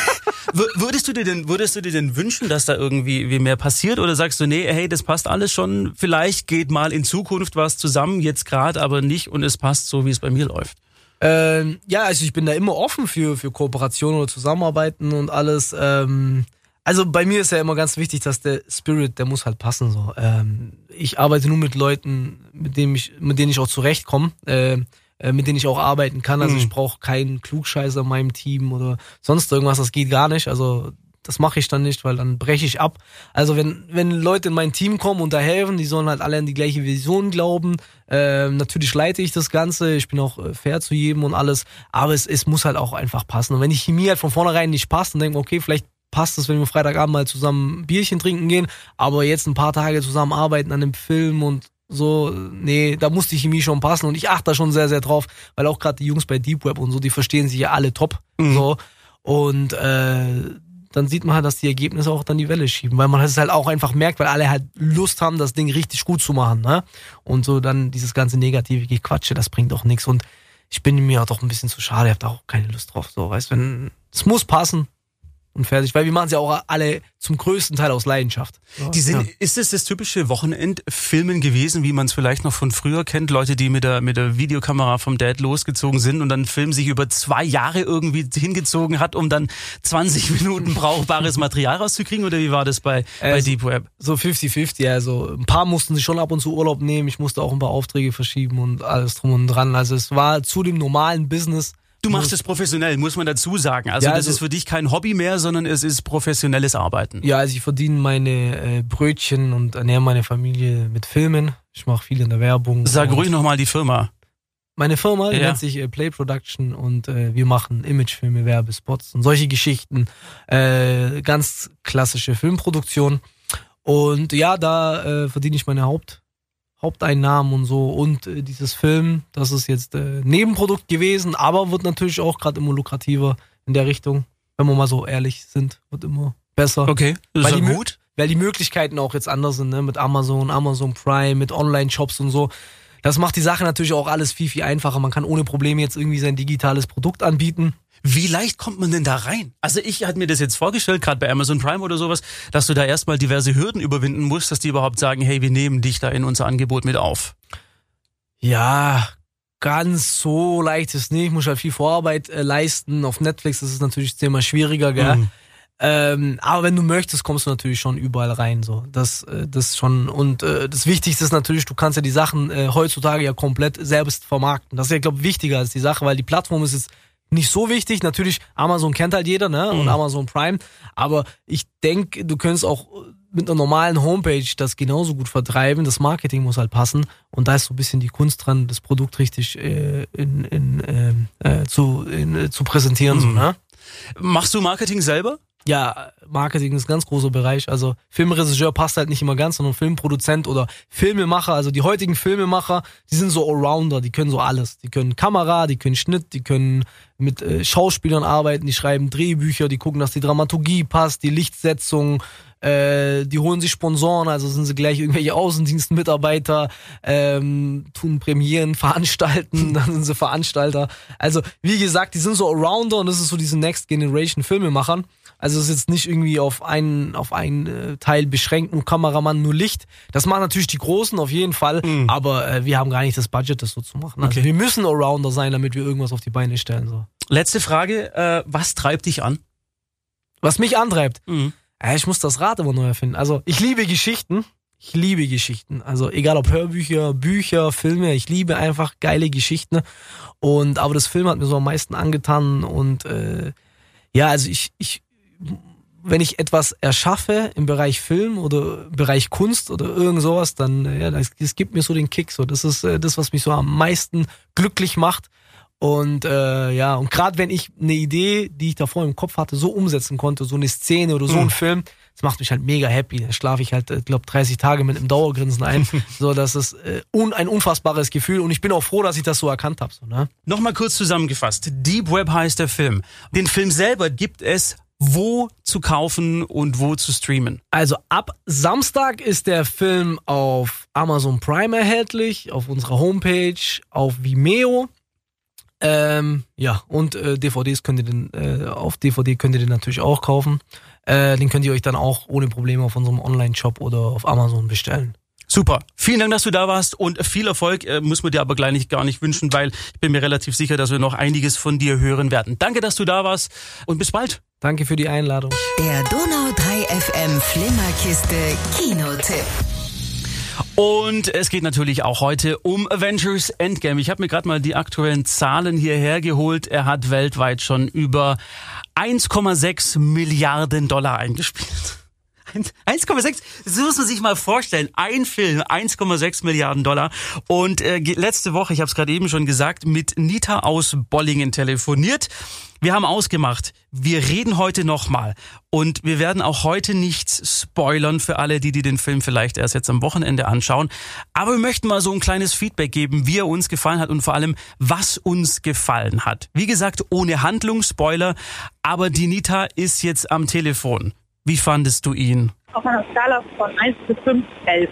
W- Würdest du dir denn, würdest du dir denn wünschen, dass da irgendwie wie mehr passiert, oder sagst du, nee, hey, das passt alles schon, vielleicht geht mal in Zukunft was zusammen, jetzt gerade aber nicht, und es passt so, wie es bei mir läuft? Ähm, ja, also ich bin da immer offen für, für Kooperation oder Zusammenarbeiten und alles. Ähm, also bei mir ist ja immer ganz wichtig, dass der Spirit, der muss halt passen. So. Ähm, ich arbeite nur mit Leuten, mit denen ich, mit denen ich auch zurechtkomme, äh, äh, mit denen ich auch arbeiten kann. Also Mhm. ich brauche keinen Klugscheißer in meinem Team oder sonst irgendwas, das geht gar nicht. Also das mache ich dann nicht, weil dann breche ich ab. Also wenn wenn Leute in mein Team kommen und da helfen, die sollen halt alle an die gleiche Vision glauben. Ähm, natürlich leite ich das Ganze, ich bin auch äh, fair zu jedem und alles, aber es, es muss halt auch einfach passen. Und wenn die Chemie halt von vornherein nicht passt, dann denke ich, okay, vielleicht passt es, wenn wir Freitagabend mal zusammen ein Bierchen trinken gehen, aber jetzt ein paar Tage zusammen arbeiten an dem Film und so, nee, da muss die Chemie schon passen und ich achte da schon sehr, sehr drauf, weil auch gerade die Jungs bei Deep Web und so, die verstehen sich ja alle top, Mhm. so, und äh, dann sieht man halt, dass die Ergebnisse auch dann die Welle schieben, weil man es halt auch einfach merkt, weil alle halt Lust haben, das Ding richtig gut zu machen, ne? Und so dann dieses ganze negative Gequatsche, das bringt auch nichts und ich bin mir auch doch ein bisschen zu schade, ich hab da auch keine Lust drauf, so, weißt, wenn, es muss passen und fertig, weil wir machen es ja auch alle zum größten Teil aus Leidenschaft. So, Die sind, ja. Ist es das typische Wochenendfilmen gewesen, wie man es vielleicht noch von früher kennt? Leute, die mit der, mit der Videokamera vom Dad losgezogen sind und dann einen Film sich über zwei Jahre irgendwie hingezogen hat, um dann zwanzig Minuten brauchbares Material rauszukriegen? Oder wie war das bei, bei Äh, so- Deep Web? So fifty fifty, also ein paar mussten sich schon ab und zu Urlaub nehmen, ich musste auch ein paar Aufträge verschieben und alles drum und dran. Also es war zu dem normalen Business. Du machst es professionell, muss man dazu sagen. Also Ja, das also- ist für dich kein Hobby mehr, sondern es ist professionelles Arbeiten. Ja, also ich verdiene meine äh, Brötchen und ernähre meine Familie mit Filmen. Ich mache viel in der Werbung. Sag und ruhig nochmal die Firma. Meine Firma die Ja. nennt sich äh, Play Production und äh, wir machen Imagefilme, Werbespots und solche Geschichten. Äh, ganz klassische Filmproduktion. Und ja, da äh, verdiene ich meine Haupt Haupteinnahmen und so und äh, dieses Film, das ist jetzt äh, Nebenprodukt gewesen, aber wird natürlich auch gerade immer lukrativer in der Richtung, wenn wir mal so ehrlich sind, wird immer besser. Okay, das Weil ist die ja Mö- gut. Weil die Möglichkeiten auch jetzt anders sind, ne? Mit Amazon, Amazon Prime, mit Online-Shops und so. Das macht die Sache natürlich auch alles viel, viel einfacher. Man kann ohne Probleme jetzt irgendwie sein digitales Produkt anbieten. Wie leicht kommt man denn da rein? Also ich hatte mir das jetzt vorgestellt, gerade bei Amazon Prime oder sowas, dass du da erstmal diverse Hürden überwinden musst, dass die überhaupt sagen, hey, wir nehmen dich da in unser Angebot mit auf. Ja, ganz so leicht ist nicht. Ich muss halt viel Vorarbeit äh, leisten. Auf Netflix ist es natürlich zehnmal schwieriger, gell? Mhm. Ähm, aber wenn du möchtest, kommst du natürlich schon überall rein. So, das, äh, das schon. Und äh, das Wichtigste ist natürlich, du kannst ja die Sachen äh, heutzutage ja komplett selbst vermarkten. Das ist ja, glaube ich, wichtiger als die Sache, weil die Plattform ist jetzt nicht so wichtig. Natürlich, Amazon kennt halt jeder, ne? Und Mhm. Amazon Prime. Aber ich denke, du könntest auch mit einer normalen Homepage das genauso gut vertreiben. Das Marketing muss halt passen. Und da ist so ein bisschen die Kunst dran, das Produkt richtig äh, in, in, ähm, äh, zu, in, äh, zu präsentieren. So, Mhm. ne? Machst du Marketing selber? Ja, Marketing ist ein ganz großer Bereich. Also Filmregisseur passt halt nicht immer ganz, sondern Filmproduzent oder Filmemacher. Also die heutigen Filmemacher, die sind so Allrounder, die können so alles. Die können Kamera, die können Schnitt, die können mit äh, Schauspielern arbeiten, die schreiben Drehbücher, die gucken, dass die Dramaturgie passt, die Lichtsetzung, Äh, die holen sich Sponsoren, also sind sie gleich irgendwelche Außendienstmitarbeiter, ähm, tun Premieren, veranstalten, dann sind sie Veranstalter. Also wie gesagt, die sind so Allrounder und das ist so diese Next Generation Filmemachern. Also es ist jetzt nicht irgendwie auf einen auf einen äh, Teil beschränkt, nur Kameramann, nur Licht. Das machen natürlich die Großen auf jeden Fall, mhm. aber äh, wir haben gar nicht das Budget, das so zu machen. Also okay. wir müssen Allrounder sein, damit wir irgendwas auf die Beine stellen. So. Letzte Frage, äh, was treibt dich an? Was mich antreibt? Mhm. Ja, ich muss das Rad immer neu erfinden. Also ich liebe Geschichten. Ich liebe Geschichten. Also egal ob Hörbücher, Bücher, Filme, ich liebe einfach geile Geschichten. Und aber das Film hat mir so am meisten angetan. Und äh, ja, also ich, ich, wenn ich etwas erschaffe im Bereich Film oder im Bereich Kunst oder irgend sowas, dann ja, das, das gibt mir so den Kick. So, das ist äh, das, was mich so am meisten glücklich macht. Und äh, ja, und gerade wenn ich eine Idee, die ich davor im Kopf hatte, so umsetzen konnte, so eine Szene oder so mhm. ein Film, das macht mich halt mega happy. Da schlafe ich halt, ich glaube, dreißig Tage mit einem Dauergrinsen ein. So, das ist äh, un, ein unfassbares Gefühl und ich bin auch froh, dass ich das so erkannt habe. So, ne? Nochmal kurz zusammengefasst. Deep Web heißt der Film. Den Film selber gibt es wo zu kaufen und wo zu streamen? Also ab Samstag ist der Film auf Amazon Prime erhältlich, auf unserer Homepage, auf Vimeo. Ähm, ja, und äh, D V Ds könnt ihr den, äh, auf D V D könnt ihr den natürlich auch kaufen. Äh, den könnt ihr euch dann auch ohne Probleme auf unserem Online-Shop oder auf Amazon bestellen. Super. Vielen Dank, dass du da warst und viel Erfolg äh, muss man dir aber gleich nicht, gar nicht wünschen, weil ich bin mir relativ sicher, dass wir noch einiges von dir hören werden. Danke, dass du da warst und bis bald. Danke für die Einladung. Der Donau drei F M Flimmerkiste Kinotipp. Und es geht natürlich auch heute um Avengers Endgame. Ich habe mir gerade mal die aktuellen Zahlen hierher geholt. Er hat weltweit schon über eins Komma sechs Milliarden Dollar eingespielt. eins Komma sechs, das muss man sich mal vorstellen. Ein Film, eins Komma sechs Milliarden Dollar. Und äh, letzte Woche, ich habe es gerade eben schon gesagt, mit Nita aus Bollingen telefoniert. Wir haben ausgemacht, wir reden heute nochmal und wir werden auch heute nichts spoilern für alle, die, die den Film vielleicht erst jetzt am Wochenende anschauen. Aber wir möchten mal so ein kleines Feedback geben, wie er uns gefallen hat und vor allem, was uns gefallen hat. Wie gesagt, ohne Handlungsspoiler, aber die Nita ist jetzt am Telefon. Wie fandest du ihn? Auf einer Skala von eins bis fünf, elf.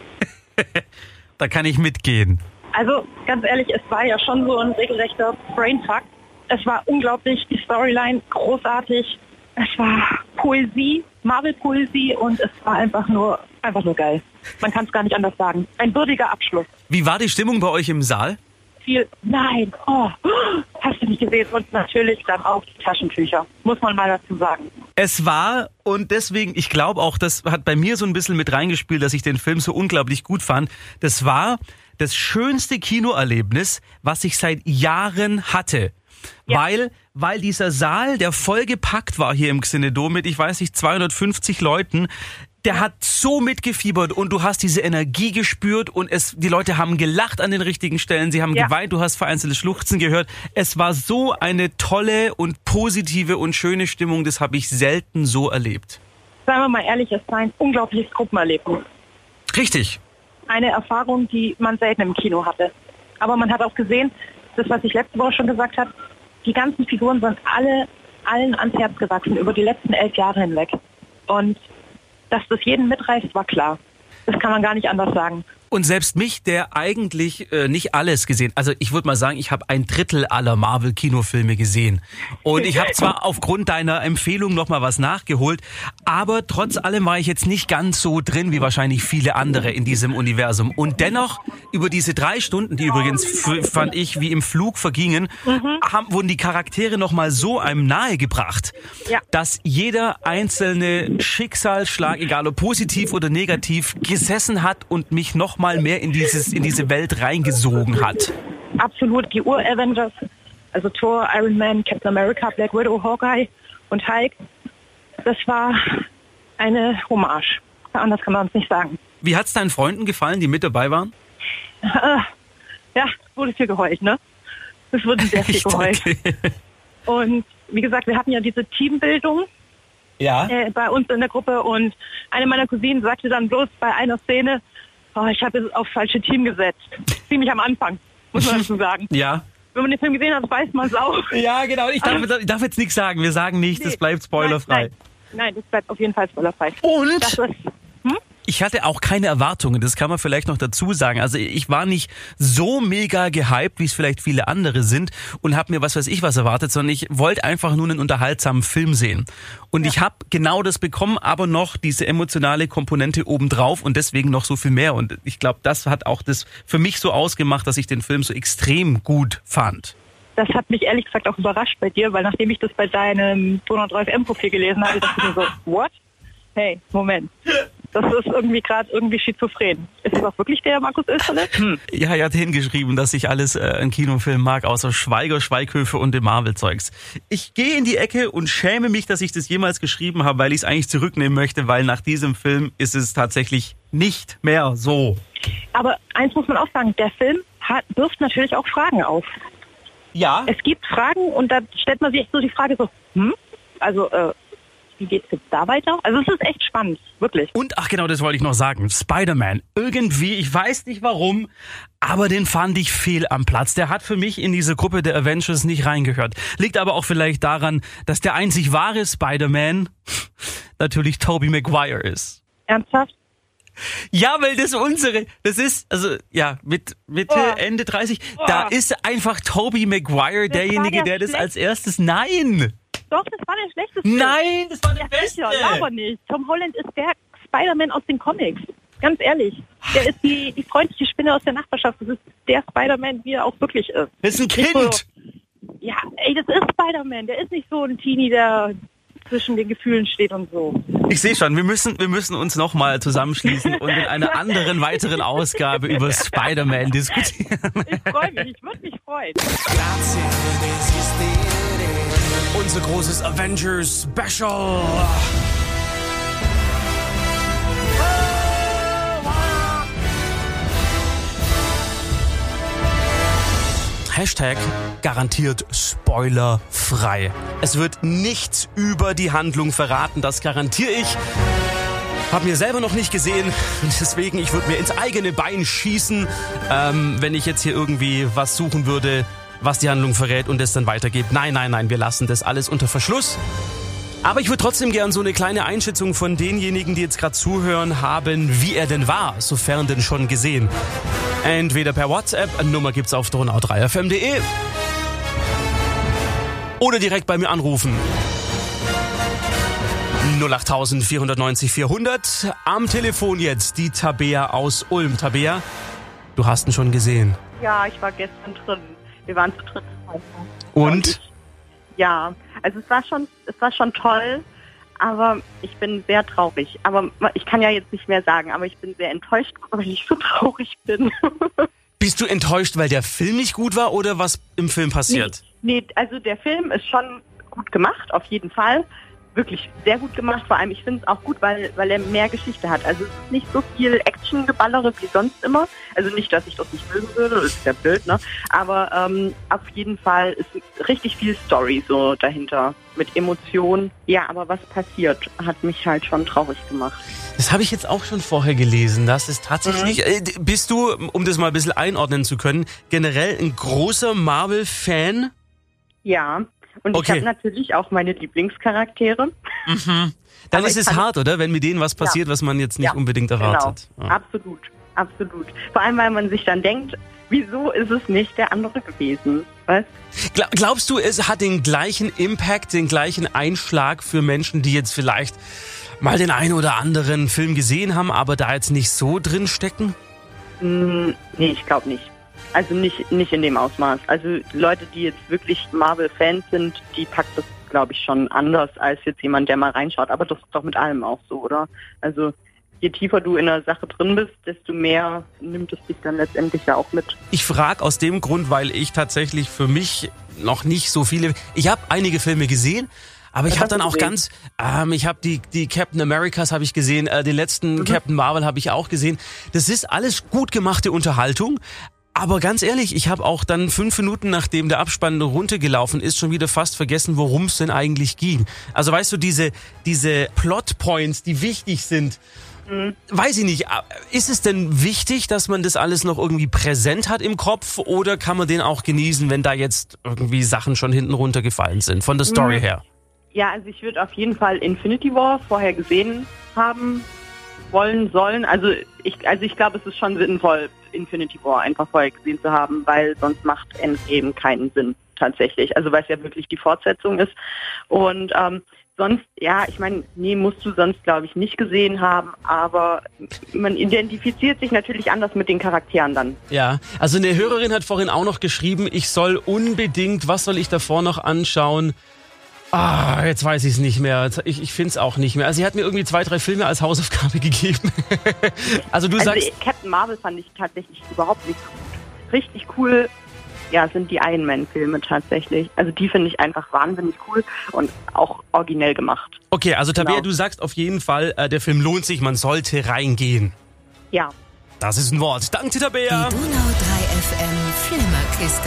Da kann ich mitgehen. Also ganz ehrlich, es war ja schon so ein regelrechter Brainfuck. Es war unglaublich, die Storyline großartig. Es war Poesie, Marvel-Poesie und es war einfach nur, einfach nur geil. Man kann es gar nicht anders sagen. Ein würdiger Abschluss. Wie war die Stimmung bei euch im Saal? Viel, nein, oh, hast du nicht gesehen. Und natürlich dann auch die Taschentücher, muss man mal dazu sagen. Es war, und deswegen, ich glaube auch, das hat bei mir so ein bisschen mit reingespielt, dass ich den Film so unglaublich gut fand. Das war das schönste Kinoerlebnis, was ich seit Jahren hatte. Ja. Weil, weil dieser Saal, der vollgepackt war hier im Xenedom mit, ich weiß nicht, zweihundertfünfzig Leuten, der hat so mitgefiebert und du hast diese Energie gespürt und es, die Leute haben gelacht an den richtigen Stellen, sie haben ja. geweint, du hast vereinzelte Schluchzen gehört. Es war so eine tolle und positive und schöne Stimmung, das habe ich selten so erlebt. Seien wir mal ehrlich, es war ein unglaubliches Gruppenerlebnis. Richtig. Eine Erfahrung, die man selten im Kino hatte. Aber man hat auch gesehen, das, was ich letzte Woche schon gesagt habe, die ganzen Figuren sind alle allen ans Herz gewachsen über die letzten elf Jahre hinweg. Und dass das jeden mitreißt, war klar. Das kann man gar nicht anders sagen. Und selbst mich, der eigentlich äh, nicht alles gesehen, also ich würde mal sagen, ich habe ein Drittel aller Marvel-Kinofilme gesehen. Und ich habe zwar aufgrund deiner Empfehlung nochmal was nachgeholt, aber trotz allem war ich jetzt nicht ganz so drin wie wahrscheinlich viele andere in diesem Universum. Und dennoch, über diese drei Stunden, die übrigens, f- fand ich, wie im Flug vergingen, mhm. haben, wurden die Charaktere nochmal so einem nahegebracht, ja. dass jeder einzelne Schicksalsschlag, egal ob positiv oder negativ, gesessen hat und mich noch mal mehr in dieses in diese Welt reingesogen hat. Absolut, die Ur-Avengers, also Thor, Iron Man, Captain America, Black Widow, Hawkeye und Hulk, das war eine Hommage. Anders kann man es nicht sagen. Wie hat es deinen Freunden gefallen, die mit dabei waren? Äh, ja, wurde viel geheult, ne? Es wurde sehr viel geheult. Und wie gesagt, wir hatten ja diese Teambildung ja. äh, bei uns in der Gruppe und eine meiner Cousinen sagte dann bloß bei einer Szene, oh, ich habe auf falsche Team gesetzt. Ziemlich am Anfang, muss man dazu sagen. Ja. Wenn man den Film gesehen hat, weiß man es auch. Ja, genau. Ich darf, ich darf jetzt nichts sagen. Wir sagen nichts, es nee. bleibt spoilerfrei. Nein, nein. Nein, das bleibt auf jeden Fall spoilerfrei. Und das ist, hm? ich hatte auch keine Erwartungen, das kann man vielleicht noch dazu sagen. Also ich war nicht so mega gehypt, wie es vielleicht viele andere sind und habe mir was weiß ich was erwartet, sondern ich wollte einfach nur einen unterhaltsamen Film sehen. Und ja. ich habe genau das bekommen, aber noch diese emotionale Komponente obendrauf und deswegen noch so viel mehr. Und ich glaube, das hat auch das für mich so ausgemacht, dass ich den Film so extrem gut fand. Das hat mich ehrlich gesagt auch überrascht bei dir, weil nachdem ich das bei deinem Donau drei F M-Profil gelesen habe, dachte ich mir so, what? Hey, Moment. Das ist irgendwie gerade irgendwie schizophren. Ist das auch wirklich der Markus Oesterle? Hm. Ja, er hat hingeschrieben, dass ich alles äh, in Kinofilm mag, außer Schweiger, Schweighöfe und dem Marvel-Zeugs. Ich gehe in die Ecke und schäme mich, dass ich das jemals geschrieben habe, weil ich es eigentlich zurücknehmen möchte, weil nach diesem Film ist es tatsächlich nicht mehr so. Aber eins muss man auch sagen, der Film hat, wirft natürlich auch Fragen auf. Ja. Es gibt Fragen und da stellt man sich echt so die Frage so, hm? Also, äh, wie geht's jetzt da weiter? Also es ist echt spannend, wirklich. Und, ach genau, das wollte ich noch sagen, Spider-Man. Irgendwie, ich weiß nicht warum, aber den fand ich fehl am Platz. Der hat für mich in diese Gruppe der Avengers nicht reingehört. Liegt aber auch vielleicht daran, dass der einzig wahre Spider-Man natürlich Tobey Maguire ist. Ernsthaft? Ja, weil das unsere, das ist, also ja, mit Mitte, oh. Ende dreißig, oh. da ist einfach Tobey Maguire das derjenige, der, der das als erstes, nein! Doch, das war der schlechteste. Nein, das war der, der Beste. Aber nicht. Tom Holland ist der Spider-Man aus den Comics. Ganz ehrlich. Der ist die, die freundliche Spinne aus der Nachbarschaft. Das ist der Spider-Man, wie er auch wirklich ist. Das ist ein Kind. So, ja, ey, das ist Spider-Man. Der ist nicht so ein Teenie, der zwischen den Gefühlen steht und so. Ich sehe schon, wir müssen, wir müssen uns nochmal zusammenschließen und in einer anderen weiteren Ausgabe über Spider-Man diskutieren. Ich freue mich, ich würde mich freuen. Unser großes Avengers Special. Hashtag garantiert spoilerfrei. Es wird nichts über die Handlung verraten, das garantiere ich. Hab mir selber noch nicht gesehen, deswegen ich würde mir ins eigene Bein schießen, ähm, wenn ich jetzt hier irgendwie was suchen würde, was die Handlung verrät und es dann weitergibt. Nein, nein, nein, wir lassen das alles unter Verschluss. Aber ich würde trotzdem gern so eine kleine Einschätzung von denjenigen, die jetzt gerade zuhören, haben, wie er denn war, sofern denn schon gesehen. Entweder per WhatsApp, Nummer gibt's auf donau drei f m punkt de oder direkt bei mir anrufen. null acht vier neun null vierhundert. Am Telefon jetzt die Tabea aus Ulm. Tabea, du hast ihn schon gesehen. Ja, ich war gestern drin. Wir waren zu dritt. Und? Ich, ja, also es war schon, es war schon toll, aber ich bin sehr traurig. Aber ich kann ja jetzt nicht mehr sagen, aber ich bin sehr enttäuscht, weil ich so traurig bin. Bist du enttäuscht, weil der Film nicht gut war oder was im Film passiert? Nee, nee, also der Film ist schon gut gemacht, auf jeden Fall. Wirklich sehr gut gemacht. Vor allem, ich finde es auch gut, weil, weil er mehr Geschichte hat. Also es ist nicht so viel Action-Geballere wie sonst immer. Also nicht, dass ich das nicht mögen würde, das ist ja blöd, ne? Aber ähm, auf jeden Fall ist richtig viel Story so dahinter. Mit Emotionen. Ja, aber was passiert, hat mich halt schon traurig gemacht. Das habe ich jetzt auch schon vorher gelesen. Das ist tatsächlich. Mhm. Äh, bist du, um das mal ein bisschen einordnen zu können, generell ein großer Marvel-Fan? Ja. Und okay. Ich habe natürlich auch meine Lieblingscharaktere. Mhm. Dann aber ist es hart, oder? Wenn mit denen was passiert, ja. was man jetzt nicht ja, unbedingt erwartet. Genau. Ja. Absolut, absolut. Vor allem, weil man sich dann denkt, wieso ist es nicht der andere gewesen? Was? Glaubst du, es hat den gleichen Impact, den gleichen Einschlag für Menschen, die jetzt vielleicht mal den einen oder anderen Film gesehen haben, aber da jetzt nicht so drin stecken? Mm, nee, ich glaube nicht. Also nicht, nicht in dem Ausmaß. Also Leute, die jetzt wirklich Marvel-Fans sind, die packt das, glaube ich, schon anders als jetzt jemand, der mal reinschaut. Aber das ist doch mit allem auch so, oder? Also je tiefer du in der Sache drin bist, desto mehr nimmt es dich dann letztendlich ja auch mit. Ich frage aus dem Grund, weil ich tatsächlich für mich noch nicht so viele... Ich habe einige Filme gesehen, aber ich habe dann auch ganz... Ähm, ich habe die, die Captain Americas habe ich gesehen, äh, den letzten mhm. Captain Marvel habe ich auch gesehen. Das ist alles gut gemachte Unterhaltung. Aber ganz ehrlich, ich habe auch dann fünf Minuten, nachdem der Abspann runtergelaufen ist, schon wieder fast vergessen, worum es denn eigentlich ging. Also weißt du, diese diese Plotpoints, die wichtig sind, mhm. weiß ich nicht. Ist es denn wichtig, dass man das alles noch irgendwie präsent hat im Kopf oder kann man den auch genießen, wenn da jetzt irgendwie Sachen schon hinten runtergefallen sind, von der Story mhm. her? Ja, also ich würde auf jeden Fall Infinity War vorher gesehen haben wollen, sollen. Also ich, also ich glaube, es ist schon sinnvoll, Infinity War einfach vorher gesehen zu haben, weil sonst macht Endgame keinen Sinn tatsächlich. Also weil es ja wirklich die Fortsetzung ist. Und ähm, sonst, ja, ich meine, nee, musst du sonst, glaube ich, nicht gesehen haben, aber man identifiziert sich natürlich anders mit den Charakteren dann. Ja, also eine Hörerin hat vorhin auch noch geschrieben, ich soll unbedingt, was soll ich davor noch anschauen? Ah, jetzt weiß ich es nicht mehr. Ich, ich finde es auch nicht mehr. Also sie hat mir irgendwie zwei, drei Filme als Hausaufgabe gegeben. Also du also sagst... Captain Marvel fand ich tatsächlich überhaupt nicht so gut. Richtig cool, ja, sind die Iron Man-Filme tatsächlich. Also die finde ich einfach wahnsinnig cool und auch originell gemacht. Okay, also Tabea, genau. Du sagst auf jeden Fall, äh, der Film lohnt sich, man sollte reingehen. Ja. Das ist ein Wort. Danke, Tabea. Die Donau drei F M Flimmerkiste.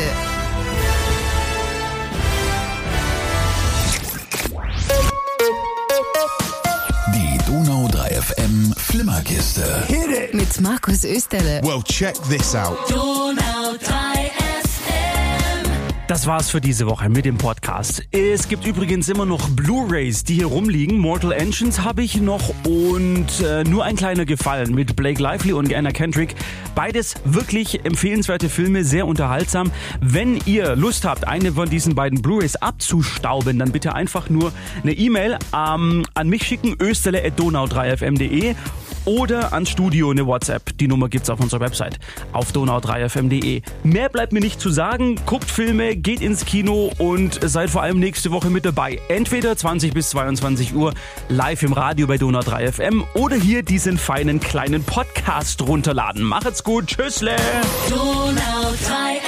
Die Donau drei F M Flimmerkiste. Hit it. Mit Markus Österle. Well, check this out. Donau drei F M. Das war's für diese Woche mit dem Podcast. Es gibt übrigens immer noch Blu-Rays, die hier rumliegen. Mortal Engines habe ich noch und äh, nur ein kleiner Gefallen mit Blake Lively und Anna Kendrick. Beides wirklich empfehlenswerte Filme, sehr unterhaltsam. Wenn ihr Lust habt, eine von diesen beiden Blu-Rays abzustauben, dann bitte einfach nur eine E-Mail ähm, an mich schicken, österle at donau drei f m punkt de oder ans Studio eine WhatsApp. Die Nummer gibt's auf unserer Website auf donau drei f m punkt de. Mehr bleibt mir nicht zu sagen. Guckt Filme, geht ins Kino und seid vor allem nächste Woche mit dabei. Entweder zwanzig bis zweiundzwanzig Uhr live im Radio bei Donau drei F M oder hier diesen feinen kleinen Podcast runterladen. Macht's gut. Tschüssle. Donau drei